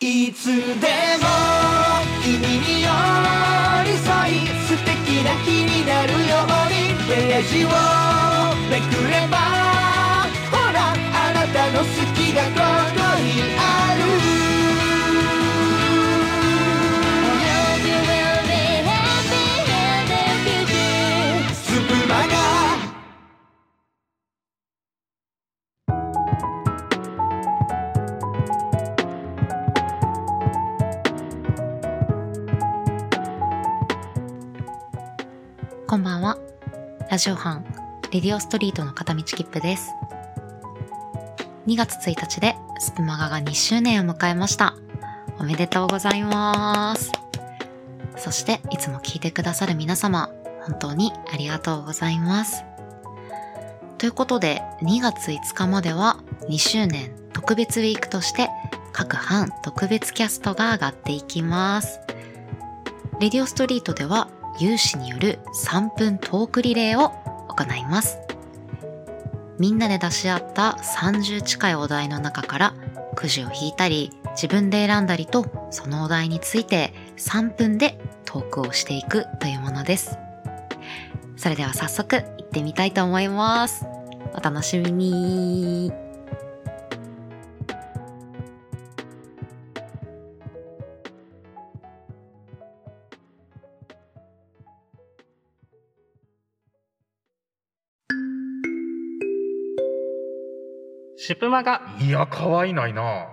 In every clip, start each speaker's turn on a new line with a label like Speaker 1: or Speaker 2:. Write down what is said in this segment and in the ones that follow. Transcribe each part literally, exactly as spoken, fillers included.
Speaker 1: いつでも君に寄り添い素敵な日になるようにページをめくればほらあなたの好きがここにある
Speaker 2: こんばんは。ラジオ班レディオストリートの片道切符です。にがつついたちでスプマガがにしゅうねんを迎えました。おめでとうございます。そしていつも聞いてくださる皆様、本当にありがとうございます。ということでにがついつかまではにしゅうねん特別ウィークとして各班特別キャストが上がっていきます。レディオストリートでは有志によるさんぷんトークリレーを行います。みんなで出し合ったさんじゅう近いお題の中からくじを引いたり自分で選んだりと、そのお題についてさんぷんでトークをしていくというものです。それでは早速行ってみたいと思います。お楽しみに。
Speaker 3: シュプマガ。
Speaker 4: いや可愛いないな。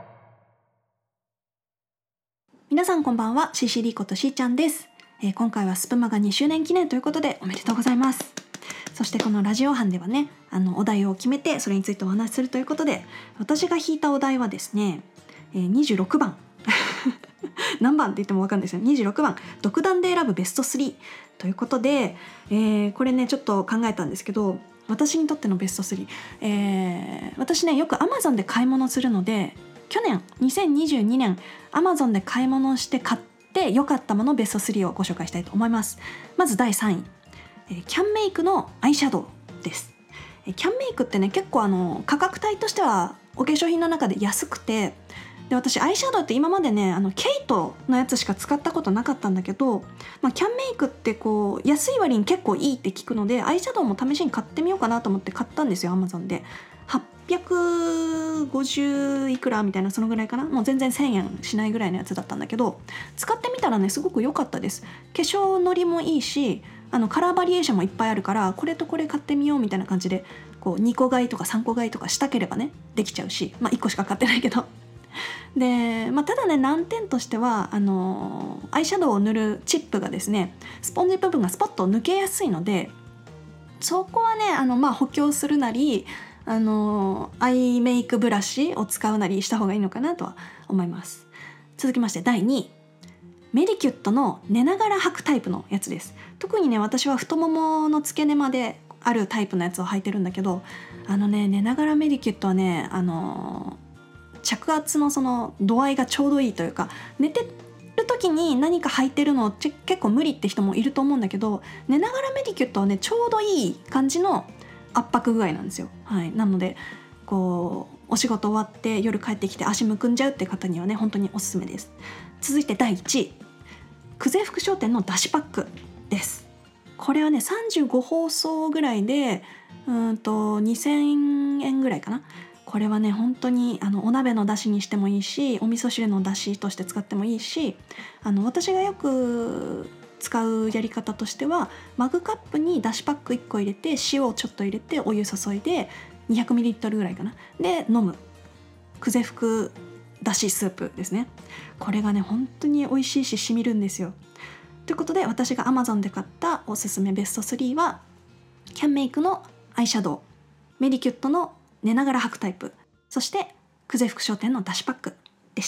Speaker 5: 皆さんこんばんは、シシリことしーちゃんです、えー、今回はスプマガにしゅうねん記念ということでおめでとうございます。そしてこのラジオ班ではね、あのお題を決めてそれについてお話しするということで、私が引いたお題はですね、えー、にじゅうろくばん何番って言っても分かるんですよ。にじゅうろくばん独断で選ぶベストスリーということで、えー、これねちょっと考えたんですけど、私にとってのベストスリー、えー、私ねよく Amazon で買い物するので、去年にせんにじゅうにねん Amazon で買い物して買って良かったものベストスリーをご紹介したいと思います。まずだいさんい、えー、キャンメイクのアイシャドウです。えー、キャンメイクってね結構あの価格帯としてはお化粧品の中で安くて、で私アイシャドウって今までねあのケイトのやつしか使ったことなかったんだけど、まあ、キャンメイクってこう安い割に結構いいって聞くので、アイシャドウも試しに買ってみようかなと思って買ったんですよ。 Amazon ではっぴゃくごじゅういくらみたいな、そのぐらいかな、もう全然せんえんしないぐらいのやつだったんだけど、使ってみたらねすごく良かったです。化粧のりもいいし、あのカラーバリエーションもいっぱいあるから、これとこれ買ってみようみたいな感じでこうにこ買いとかさんこ買いとかしたければねできちゃうし、まあいっこしか買ってないけどで、まあ、ただね難点としてはあのアイシャドウを塗るチップがですね、スポンジ部分がスポッと抜けやすいので、そこはねあの、まあ、補強するなりあのアイメイクブラシを使うなりした方がいいのかなとは思います。続きましてだいにい、メディキュットの寝ながら履くタイプのやつです。特にね私は太ももの付け根まであるタイプのやつを履いてるんだけど、あのね寝ながらメディキュットはねあの着圧のその度合いがちょうどいいというか、寝てる時に何か履いてるの結構無理って人もいると思うんだけど、寝ながらメディキュットはねちょうどいい感じの圧迫具合なんですよ。はい、なのでこうお仕事終わって夜帰ってきて足むくんじゃうって方にはね本当におすすめです。続いてだいいちい、久世福商店のだしパックです。これはねさんじゅうごほうそうぐらいでうんとにせんえんぐらいかな。これはね本当にあのお鍋のだしにしてもいいし、お味噌汁のだしとして使ってもいいし、あの私がよく使うやり方としては、マグカップにだしパックいっこ入れて塩をちょっと入れてお湯注いでにひゃくミリリットルぐらいかなで飲む久世福だしスープですね。これがね本当に美味しいし染みるんですよ。ということで私が Amazon で買ったおすすめベストスリーは、キャンメイクのアイシャドウ、メディキュットの寝ながら履くタイプ、そして久世福商店のだしパックでした。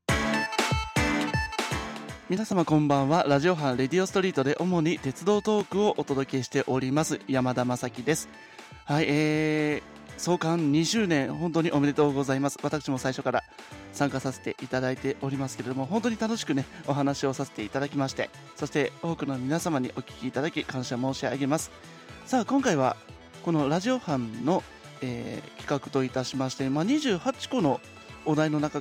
Speaker 3: 皆様こんばんは。ラジオ班レディオストリートで主に鉄道トークをお届けしております山田正樹です。はい、えー、創刊にしゅうねん本当におめでとうございます。私も最初から参加させていただいておりますけれども、本当に楽しくねお話をさせていただきまして、そして多くの皆様にお聞きいただき感謝申し上げます。さあ今回はこのラジオ班の、えー、企画といたしまして、まあ、にじゅうはっこのお題の中から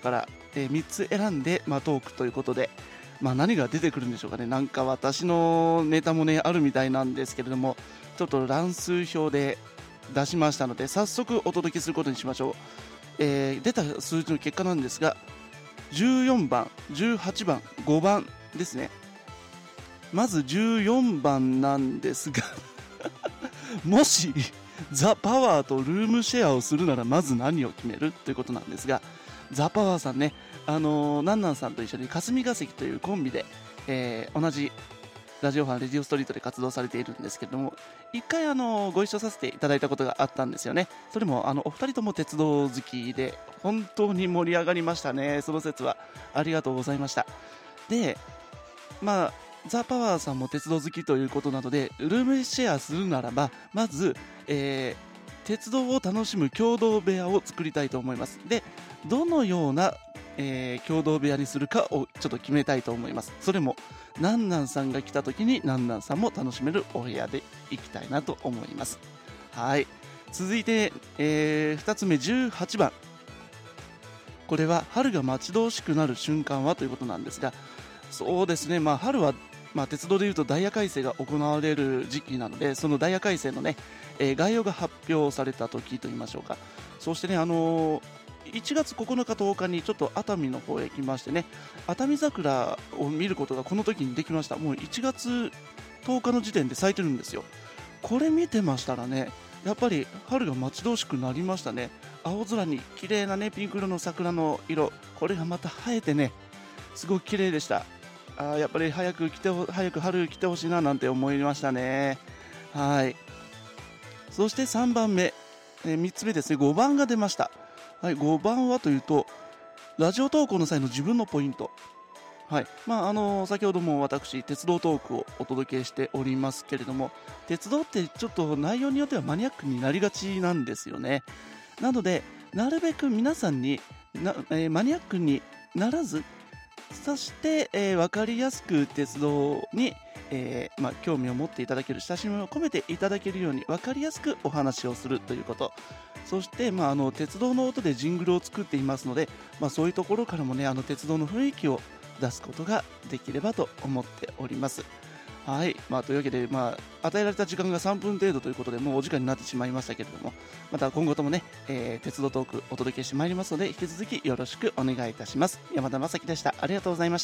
Speaker 3: えー、みっつ選んで、まあ、トークということで、まあ、何が出てくるんでしょうかね。なんか私のネタもねあるみたいなんですけれども、ちょっと乱数表で出しましたので早速お届けすることにしましょう。えー、出た数字の結果なんですが、じゅうよんばん、じゅうはちばん、ごばんですね。まずじゅうよんばんなんですがもしザ・パワーとルームシェアをするならまず何を決めるということなんですが、ザ・パワーさんね、あのー、ナンナンさんと一緒に霞が関というコンビで、えー、同じラジオファンレディオストリートで活動されているんですけれども、一回あのー、ご一緒させていただいたことがあったんですよね。それもあのお二人とも鉄道好きで本当に盛り上がりましたね。その説はありがとうございました。で、まあザ・パワーさんも鉄道好きということなので、ルームシェアするならばまず、えー、鉄道を楽しむ共同部屋を作りたいと思います。で、どのような、えー、共同部屋にするかをちょっと決めたいと思います。それもナンナンさんが来た時にナンナンさんも楽しめるお部屋で行きたいなと思います。はい、続いて、えー、ふたつめじゅうはちばん、これは春が待ち遠しくなる瞬間はということなんですが、そうですね、まあ、春は、まあ、鉄道でいうとダイヤ改正が行われる時期なので、そのダイヤ改正のね、えー、概要が発表された時といいましょうか。そしてね、あのー、いちがつここのかとおかにちょっと熱海の方へ来ましてね、熱海桜を見ることがこの時にできました。もういちがつとおかの時点で咲いてるんですよ。これ見てましたらね、やっぱり春が待ち遠しくなりましたね。青空に綺麗なねピンク色の桜の色、これがまた映えてね、すごく綺麗でした。あ、やっぱり早く来て早く春来てほしいななんて思いましたね。はい。そしてさんばんめ、えー、みっつめですね、ごばんが出ました。はい、ごばんはというと、ラジオ投稿の際の自分のポイント。はい、まああの先ほども私鉄道トークをお届けしておりますけれども、鉄道ってちょっと内容によってはマニアックになりがちなんですよね。なのでなるべく皆さんにな、えー、マニアックにならず、そして、えー、分かりやすく鉄道に、えーまあ、興味を持っていただける、親しみを込めていただけるように分かりやすくお話をするということ。そして、まあ、あの鉄道の音でジングルを作っていますので、まあ、そういうところからもね、あの鉄道の雰囲気を出すことができればと思っております。はい、まあ、というわけで、まあ、与えられた時間がさんぷん程度ということで、もうお時間になってしまいましたけれども、また今後ともね、えー、鉄道トークお届けしてまいりますので、引き続きよろしくお願いいたします。山田正樹でした。ありがとうございました。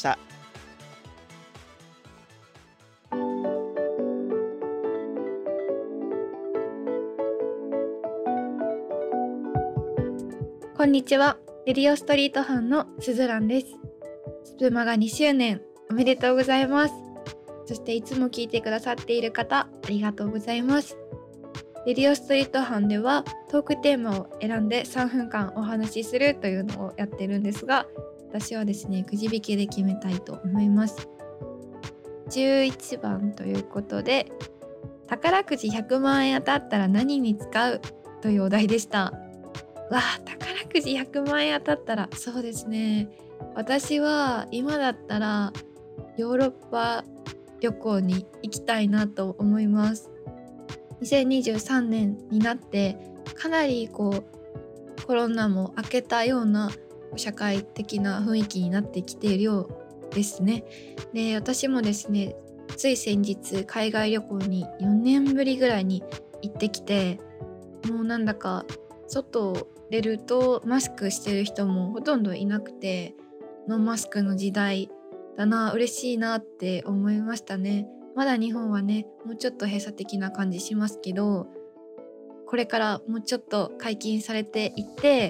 Speaker 4: こんにちは、レディオストリート班のすずらんです。スプマがにしゅうねんおめでとうございます。そしていつも聞いてくださっている方、ありがとうございます。レディオストリート班ではトークテーマを選んでさんぷんかんお話しするというのをやってるんですが、私はですね、くじ引きで決めたいと思います。じゅういちばんということで、宝くじひゃくまんえん当たったら何に使うというお題でした。わあ、宝くじひゃくまんえん当たったら、そうですね、私は今だったらヨーロッパ旅行に行きたいなと思います。にせんにじゅうさんねんになってかなりこうコロナも明けたような社会的な雰囲気になってきているようですね。で、私もですね、つい先日海外旅行によねんぶりぐらいに行ってきて、もうなんだか外出るとマスクしてる人もほとんどいなくて、ノーマスクの時代だな、嬉しいなって思いましたね。まだ日本はね、もうちょっと閉鎖的な感じしますけど、これからもうちょっと解禁されていって、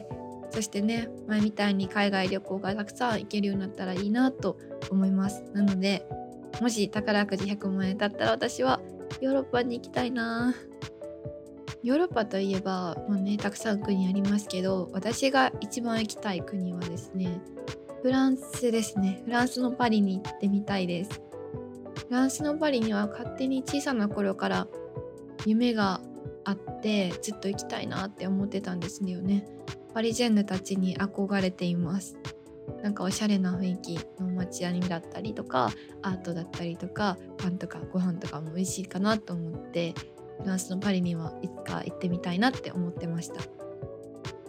Speaker 4: そしてね、前みたいに海外旅行がたくさん行けるようになったらいいなと思います。なので、もし宝くじひゃくまんえんだったら私はヨーロッパに行きたいな。ヨーロッパといえば、まあね、たくさん国ありますけど、私が一番行きたい国はですね、フランスですね。フランスのパリに行ってみたいです。フランスのパリには勝手に小さな頃から夢があってずっと行きたいなって思ってたんですよね。パリジェンヌたちに憧れています。なんかおしゃれな雰囲気の街並みだったりとか、アートだったりとか、パンとかご飯とかも美味しいかなと思って、フランスのパリにはいつか行ってみたいなって思ってました。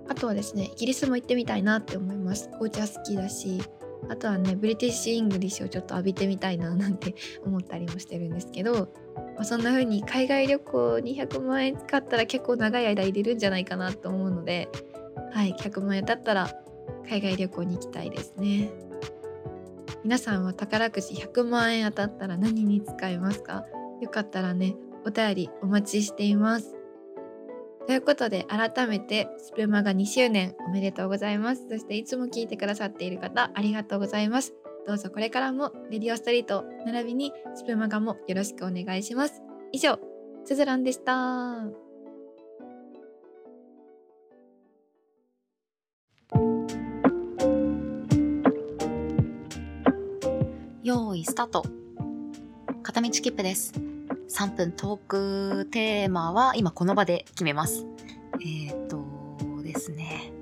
Speaker 4: あとはですねイギリスも行ってみたいなって思います。紅茶好きだし、あとはねブリティッシュイングリッシュをちょっと浴びてみたいななんて思ったりもしてるんですけど、まあ、そんな風に海外旅行にひゃくまん円使ったら結構長い間入れるんじゃないかなと思うので、はいひゃくまん円だったら海外旅行に行きたいですね。皆さんは宝くじひゃくまん円当たったら何に使いますか？よかったらねお便りお待ちしています。ということで改めてスプマがにしゅうねんおめでとうございます。そしていつも聞いてくださっている方ありがとうございます。どうぞこれからもレディオストリート並びにスプマガもよろしくお願いします。以上スズランでした。
Speaker 2: 用意スタート。片道切符です。さんぷんトークテーマは今この場で決めます。えー、っとですね。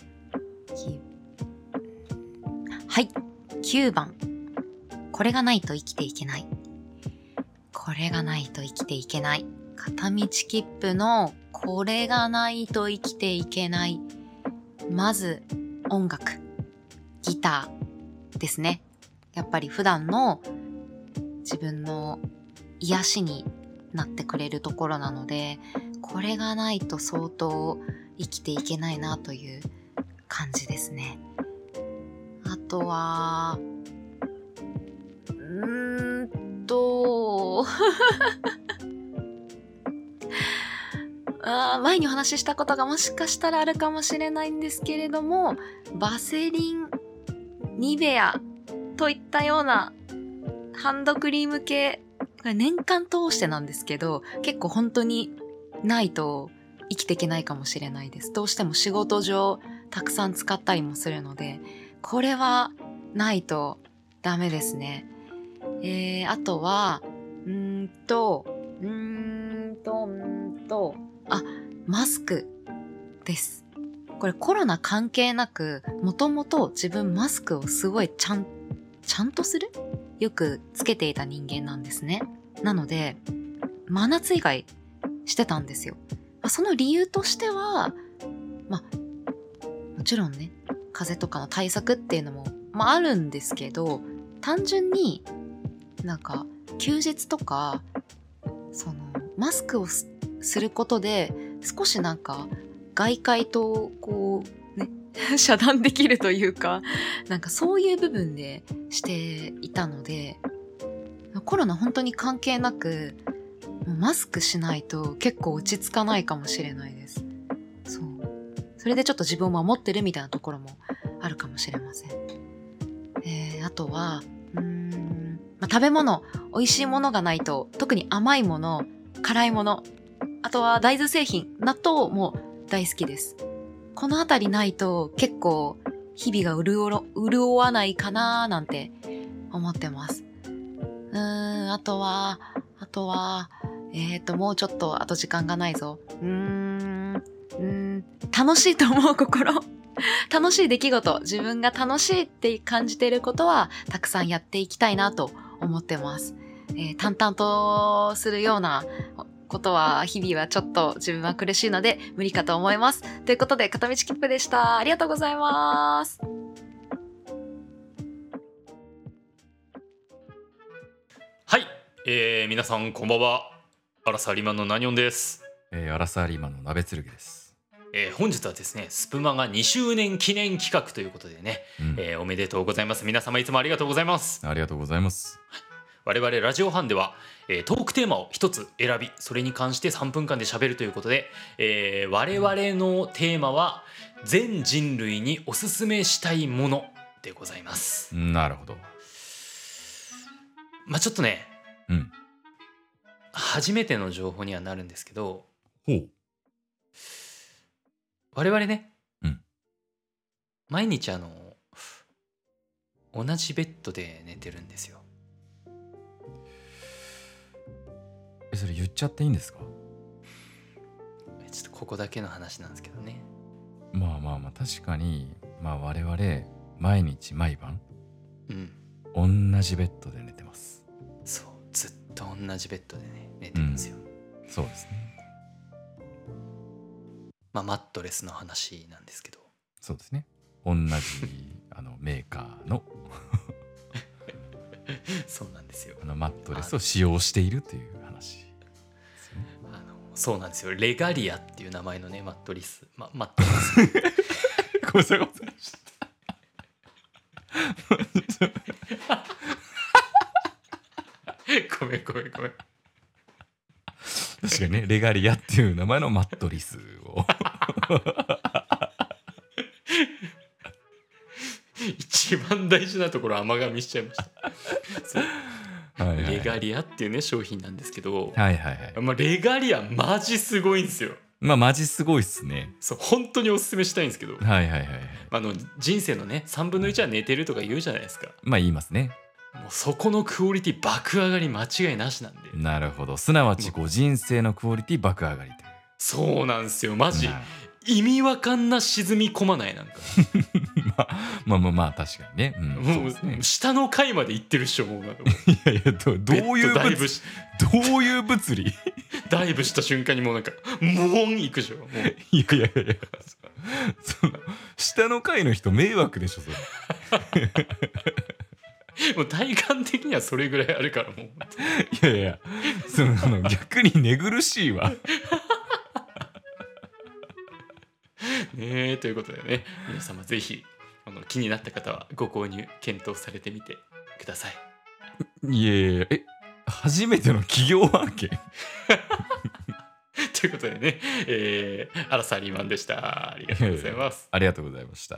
Speaker 2: はい。きゅうばん。これがないと生きていけない。これがないと生きていけない。片道切符のこれがないと生きていけない。まず音楽。ギターですね。やっぱり普段の自分の癒しになってくれるところなので、これがないと相当生きていけないなという感じですね。あとはうーんとあ前にお話ししたことがもしかしたらあるかもしれないんですけれども、バセリン、ニベアといったようなハンドクリーム系、年間通してなんですけど、結構本当にないと生きていけないかもしれないです。どうしても仕事上たくさん使ったりもするので、これはないとダメですね。えー、あとはうーんとうーんとうーんとあマスクです。これコロナ関係なく、もともと自分マスクをすごいちゃんちゃんとするよくつけていた人間なんですね。なので真夏以外してたんですよ。まあ、その理由としては、まあ、もちろんね風邪とかの対策っていうのも、まあ、あるんですけど、単純になんか休日とかそのマスクを す, することで少しなんか外界とこうね遮断できるというか、なんかそういう部分でしていたので、コロナ本当に関係なくもうマスクしないと結構落ち着かないかもしれないです。そう。それでちょっと自分を守ってるみたいなところもあるかもしれません。えー、あとはうーん、まあ、食べ物、美味しいものがないと、特に甘いもの、辛いもの、あとは大豆製品、納豆も大好きです。このあたりないと結構日々が潤、潤わないかなーなんて思ってます。うーん、あとは、あとは、えーと、もうちょっと、あと時間がないぞ。うーん、うーん、楽しいと思う心。楽しい出来事、自分が楽しいって感じていることは、たくさんやっていきたいなと思ってます。えー、淡々とするようなことは、日々はちょっと自分は苦しいので、無理かと思います。ということで、片道切符でした。ありがとうございます。
Speaker 6: はい、えー、皆さんこんばんは。アラサーリマンのナニョンです。
Speaker 7: えー、アラサーリーマンの鍋剣です。
Speaker 6: えー、本日はですね、スプマがにしゅうねん記念企画ということでね、うんえー、おめでとうございます。皆様いつもありがとうございます。
Speaker 7: ありがとうございます。
Speaker 6: 我々ラジオ班では、えー、トークテーマを一つ選び、それに関してさんぷんかんで喋るということで、えー、我々のテーマは全人類におすすめしたいものでございます。
Speaker 7: なるほど。
Speaker 6: まあちょっとね、
Speaker 7: うん、
Speaker 6: 初めての情報にはなるんですけど、
Speaker 7: ほう
Speaker 6: 我々ね、
Speaker 7: うん、
Speaker 6: 毎日あの同じベッドで寝てるんですよ。
Speaker 7: え、それ言っちゃっていいんですか？
Speaker 6: ちょっとここだけの話なんですけどね。
Speaker 7: まあまあまあ確かに、まあ我々毎日毎晩、うん、同じベッドで寝てます。
Speaker 6: そう、ずっと同じベッドでね寝てるんですよ、
Speaker 7: うん、そうですね。
Speaker 6: ままあ、マットレスの話なんですけど、
Speaker 7: そうですね、同じあのメーカーの
Speaker 6: そうなんですよ、
Speaker 7: あのマットレスを使用しているという話ですよね。
Speaker 6: あのそうなんですよ、レガリアっていう名前のねマットレス、ま、マットレス
Speaker 7: ごめんなさいごめんなさい
Speaker 6: ごめんごめんごめん
Speaker 7: 確かにね、レガリアっていう名前のマットレスを
Speaker 6: 一番大事なところ甘噛みしちゃいましたそう、
Speaker 7: はいはいはい、
Speaker 6: レガリアっていうね商品なんですけど、
Speaker 7: はいはいはい、
Speaker 6: まあ、レガリアマジすごいんですよ。
Speaker 7: まあマジすごいっすね。
Speaker 6: そう本当におすすめしたいんですけど、
Speaker 7: はいはいはい、
Speaker 6: あの人生のねさんぶんのいちは寝てるとか言うじゃないですか。
Speaker 7: まあ言いますね。
Speaker 6: もうそこのクオリティ爆上がり間違いなしなんで。な
Speaker 7: るほど、すなわちこう人生のクオリティ爆上がりという。
Speaker 6: そうなんですよ、マジ意味わかんな沈み込まない、なんか
Speaker 7: まあまあまあまあ確かにね、うん、
Speaker 6: もう
Speaker 7: そうですね、
Speaker 6: 下の階まで行ってるっしょ、もうなんかもう
Speaker 7: いやいや ど, どういう物理どういう物理
Speaker 6: ダイブした瞬間にもうなんかモーン行くでしょ。もう
Speaker 7: いやいやいやその下の階の人迷惑でしょそれ
Speaker 6: もう体感的にはそれぐらいあるからもうい
Speaker 7: やいやそのあの逆に寝苦しいわ
Speaker 6: ねえ、ということでね、皆様ぜひあの気になった方はご購入検討されてみてください。
Speaker 7: いやいやえ初めての企業案件
Speaker 6: ということでね、えー、アラサーリーマンでした。ありがとうございます。
Speaker 7: ありがとうございました。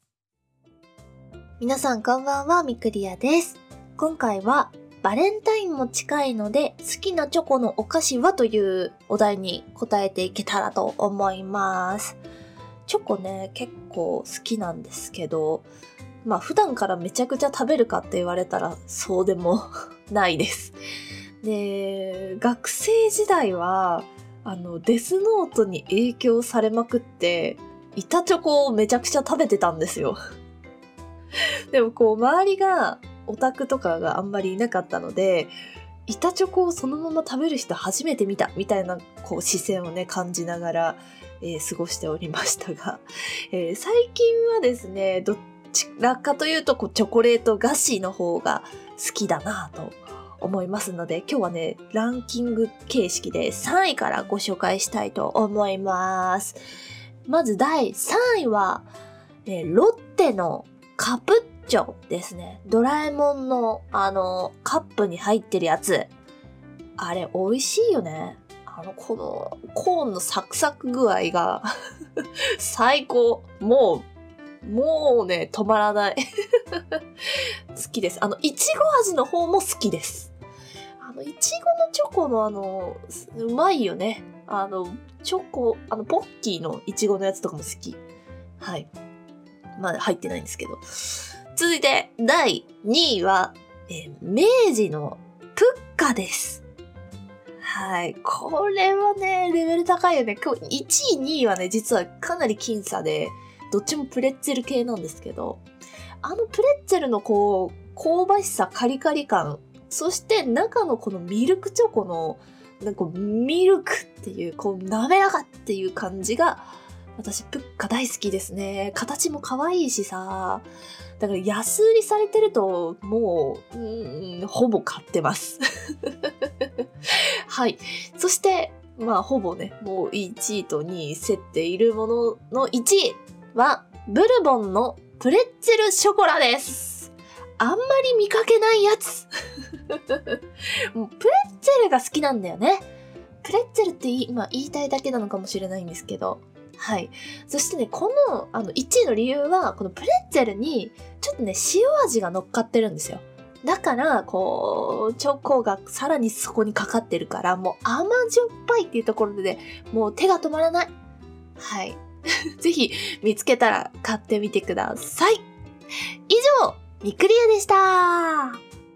Speaker 8: 皆さんこんばんは、みくりやです。今回はバレンタインも近いので好きなチョコのお菓子はというお題に答えていけたらと思います。チョコね、結構好きなんですけど、まあ普段からめちゃくちゃ食べるかって言われたらそうでもないです。で、学生時代はあのデスノートに影響されまくって板チョコをめちゃくちゃ食べてたんですよ。でもこう周りがオタクとかがあんまりいなかったので、板チョコをそのまま食べる人初めて見たみたいなこう視線をね感じながら、えー、過ごしておりましたが、えー、最近はですね、どちらかというとこうチョコレート菓子の方が好きだなと思いますので、今日はねランキング形式でさんいからご紹介したいと思います。まずだいさんいは、えー、ロッテのカプッチョですね。ドラえもんのあのカップに入ってるやつ、あれ美味しいよね。あのこのコーンのサクサク具合が最高。もうもうね止まらない好きです。あのいちご味の方も好きです。あのいちごのチョコのあのうまいよね。あのチョコあのポッキーのいちごのやつとかも好き。はい。まだ入ってないんですけど。続いてだいにいは、えー、明治のプッカです。はい。これはね、レベル高いよね。今日いちい、にいはね、実はかなり僅差で、どっちもプレッツェル系なんですけど、あのプレッツェルのこう、香ばしさ、カリカリ感、そして中のこのミルクチョコの、なんかミルクっていう、こう、滑らかっていう感じが、私、プッカ大好きですね。形も可愛いしさ。だから安売りされてると、もう、うーん、ほぼ買ってます。はい。そして、まあ、ほぼね、もういちいとにい競っているもののいちいは、ブルボンのプレッツェルショコラです。あんまり見かけないやつ。もうプレッツェルが好きなんだよね。プレッツェルって今言いたいだけなのかもしれないんですけど。はい。そしてね、この、あの、いちいの理由は、このプレッツェルに、ちょっとね、塩味が乗っかってるんですよ。だから、こう、チョコがさらにそこにかかってるから、もう甘じょっぱいっていうところで、ね、もう手が止まらない。はい。ぜひ、見つけたら買ってみてください。以上、みくりやでした。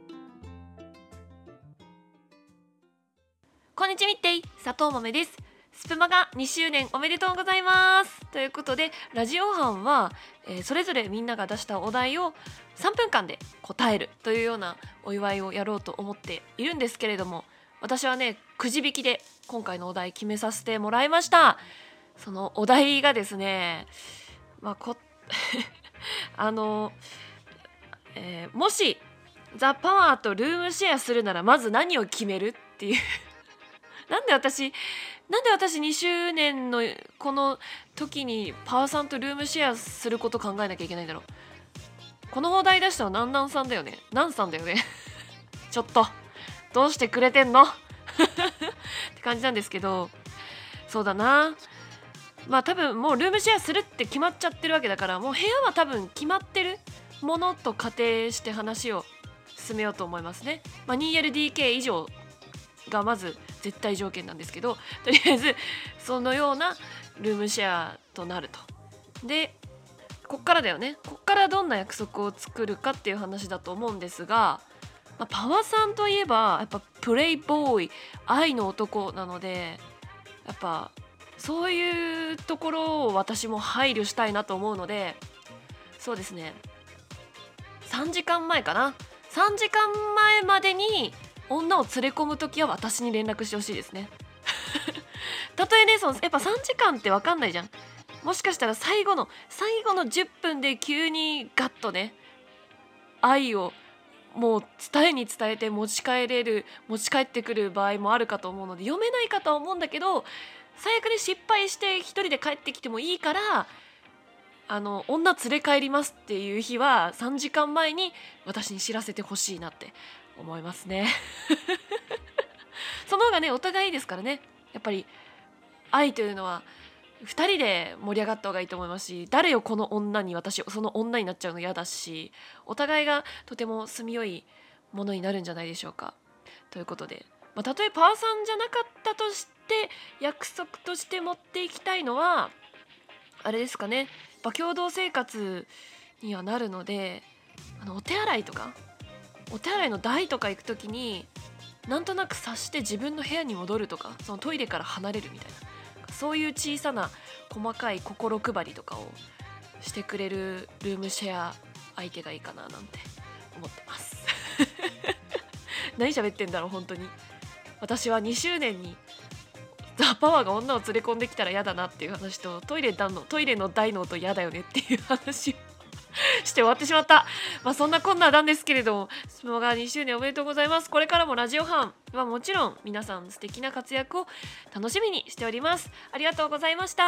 Speaker 9: こんにちは、みってい、佐藤豆です。スプマがにしゅうねんおめでとうございます。ということでラジオ班は、えー、それぞれみんなが出したお題をさんぷんかんで答えるというようなお祝いをやろうと思っているんですけれども、私はねくじ引きで今回のお題決めさせてもらいました。 そのお題がですね、まあこあの、えーもしザ・パワーとルームシェアするならまず何を決めるっていうなんで私なんで私にしゅうねんのこの時にパワーさんとルームシェアすること考えなきゃいけないんだろう。このお題出したのなんなんさんだよね、なんさんだよねちょっとどうしてくれてんのって感じなんですけど、そうだな、まあ多分もうルームシェアするって決まっちゃってるわけだから、もう部屋は多分決まってるものと仮定して話を進めようと思いますね。まあ、ツーエルディーケー 以上がまず絶対条件なんですけど、とりあえずそのようなルームシェアとなると。でこっからだよね、こっからどんな約束を作るかっていう話だと思うんですが、まあ、パワさんといえばやっぱプレイボーイ、愛の男なので、やっぱそういうところを私も配慮したいなと思うので、そうですね、さんじかんまえかな、さんじかんまえまでに女を連れ込むときは私に連絡してほしいですねたとえね、そのやっぱさんじかんって分かんないじゃん。もしかしたら最後の最後のじゅっぷんで急にガッとね、愛をもう伝えに伝えて持ち帰れる持ち帰ってくる場合もあるかと思うので、読めないかとは思うんだけど、最悪で失敗して一人で帰ってきてもいいから、あの女連れ帰りますっていう日はさんじかんまえに私に知らせてほしいなって思いますねその方がねお互いいいですからね。やっぱり愛というのはふたりで盛り上がった方がいいと思いますし、誰よこの女に、私その女になっちゃうの嫌だし、お互いがとても住みよいものになるんじゃないでしょうか。ということで、まあ、たとえパワさんじゃなかったとして約束として持っていきたいのはあれですかね、やっぱ共同生活にはなるので、あのお手洗いとかお手洗いの台とか行くときになんとなく察して自分の部屋に戻るとか、そのトイレから離れるみたいな、そういう小さな細かい心配りとかをしてくれるルームシェア相手がいいかななんて思ってます何喋ってんだろう本当に。私はにしゅうねんにザ・パワーが女を連れ込んできたら嫌だなっていう話と、トイレのトイレの台の音嫌だよねっていう話をして終わってしまった。まあそんなこんななんですけれども、スプマガにしゅうねんおめでとうございます。これからもラジオ班はもちろん皆さん素敵な活躍を楽しみにしております。ありがとうございました。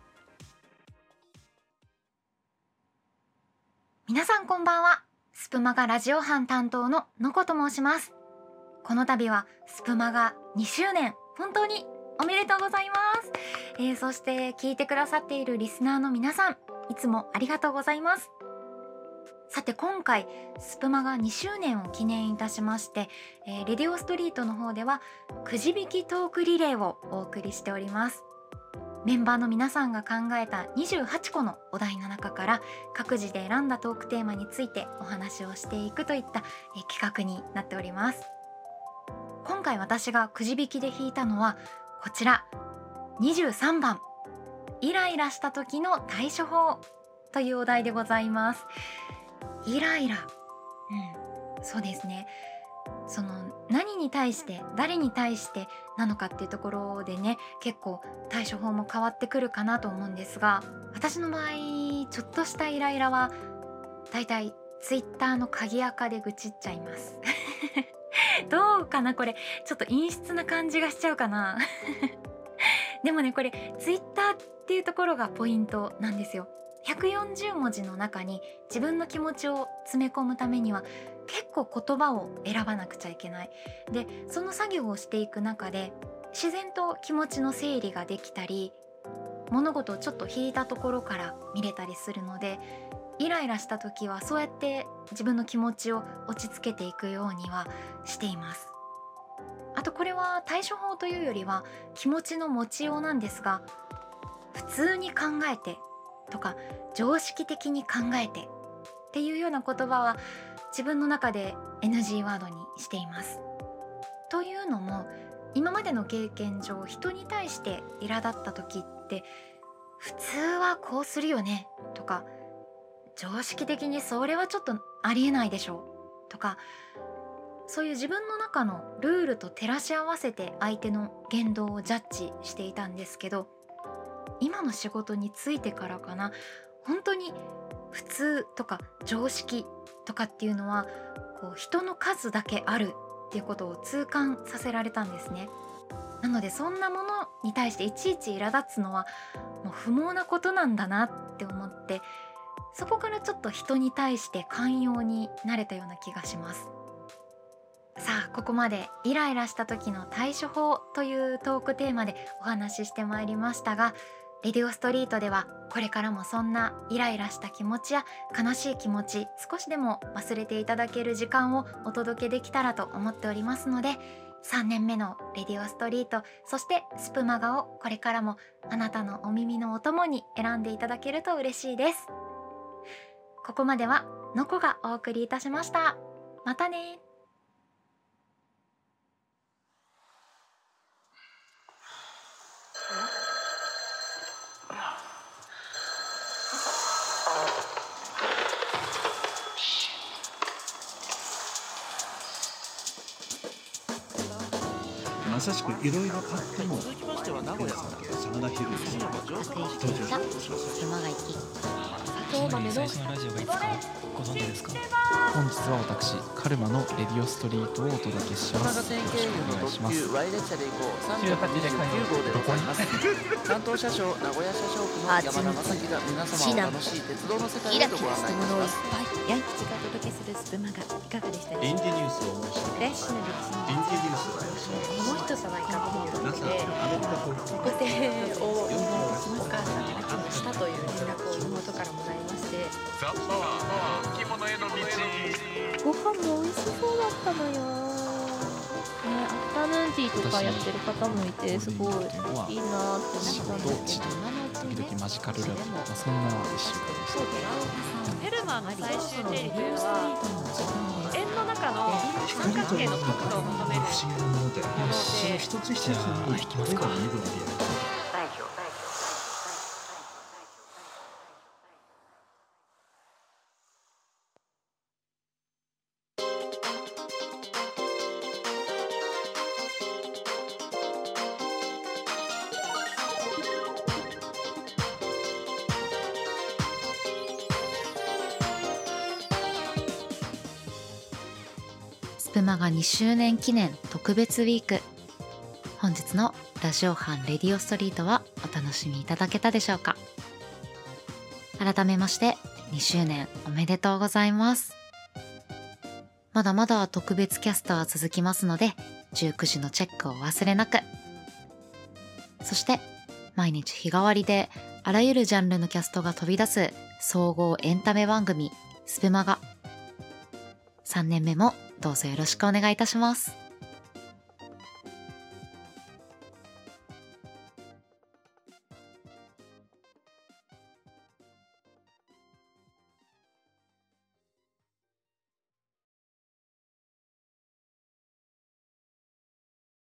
Speaker 2: 皆さんこんばんは。スプマガラジオ班担当ののこと申します。この度はスプマガにしゅうねん、本当におめでとうございます。えー、そして聞いてくださっているリスナーの皆さん、いつもありがとうございます。さて今回スプマがにしゅうねんを記念いたしまして、えー、レディオストリートの方ではくじ引きトークリレーをお送りしております。メンバーの皆さんが考えたにじゅうはちこのお題の中から各自で選んだトークテーマについてお話をしていくといった、えー、企画になっております。今回私がくじ引きで引いたのはこちらにじゅうさんばん、イライラした時の対処法というお題でございます。イライラ、うん、そうですね。その何に対して誰に対してなのかっていうところでね、結構対処法も変わってくるかなと思うんですが、私の場合ちょっとしたイライラはだいたいツイッターの鍵垢で愚痴っちゃいますどうかな、これちょっと陰湿な感じがしちゃうかなでもね、これツイッターっていうところがポイントなんですよ。ひゃくよんじゅうもじの中に自分の気持ちを詰め込むためには結構言葉を選ばなくちゃいけない。で、その作業をしていく中で自然と気持ちの整理ができたり、物事をちょっと引いたところから見れたりするので、イライラした時はそうやって自分の気持ちを落ち着けていくようにはしています。あとこれは対処法というよりは気持ちの持ちようなんですが、普通に考えてとか常識的に考えてっていうような言葉は自分の中で エヌジー ワードにしています。というのも今までの経験上、人に対して苛立った時って普通はこうするよねとか、常識的にそれはちょっとありえないでしょとか、そういう自分の中のルールと照らし合わせて相手の言動をジャッジしていたんですけど、 今の仕事に就いてからかな、本当に普通とか常識とかっていうのはこう人の数だけあるっていうことを痛感させられたんですね。なのでそんなものに対していちいち苛立つのはもう不毛なことなんだなって思って、そこからちょっと人に対して寛容になれたような気がします。さあ、ここまでイライラした時の対処法というトークテーマでお話ししてまいりましたが、レディオストリートではこれからもそんなイライラした気持ちや悲しい気持ち、少しでも忘れていただける時間をお届けできたらと思っておりますので、さんねんめのレディオストリート、そしてスプマガをこれからもあなたのお耳のお供に選んでいただけると嬉しいです。ここまではのこがお送りいたしました。またね。
Speaker 10: まさしくいろいろあっても、
Speaker 3: 続きましては名古屋さん
Speaker 10: 真田広之さん
Speaker 2: 各駅停車熊谷駅
Speaker 11: 今日の最初のラジオがいつかご存知ですか？本日は私カルマのレディオストリートをお届けします。よろしくお願いします。
Speaker 3: Y 列車で行こうさんびゃくにじゅうきゅう号でございます。担当車掌名古屋車掌区の山田正樹が皆様を楽しい鉄道の世界へとご案内いたします。
Speaker 12: ヤン吉がお届けするスプマガいかがでしたでしょうか？
Speaker 10: 臨時ニュースを申し上げます。
Speaker 12: フレッシュな歴史
Speaker 10: 臨時ニュースを申し上げます。
Speaker 12: もう一つはいかがということで、
Speaker 10: アメリカ航空
Speaker 12: ご定をお母さんが拉致したという連絡を妹からもらいまして、
Speaker 13: ザ・パワー着物への道。
Speaker 12: ご飯も美味しそうだったのよ、ね、アフタヌーンティーとかやってる方もいてすごいいいなって思ったんですけど、
Speaker 11: 時々マジカルラブ、まあ、そんな一週間でした。
Speaker 9: ヘルマーの最終定理というのは円の中の三角形の角度を求める
Speaker 10: 不思議なもので、その一つ一つに色が緑で
Speaker 2: スプマガにしゅうねん記念特別ウィーク、本日のラジオ班レディオストリートはお楽しみいただけたでしょうか。改めましてにしゅうねんおめでとうございます。まだまだ特別キャストは続きますので、じゅうくじのチェックをお忘れなく。そして毎日日替わりであらゆるジャンルのキャストが飛び出す総合エンタメ番組スプマガ、さんねんめもどうぞよろしくお願いいたします。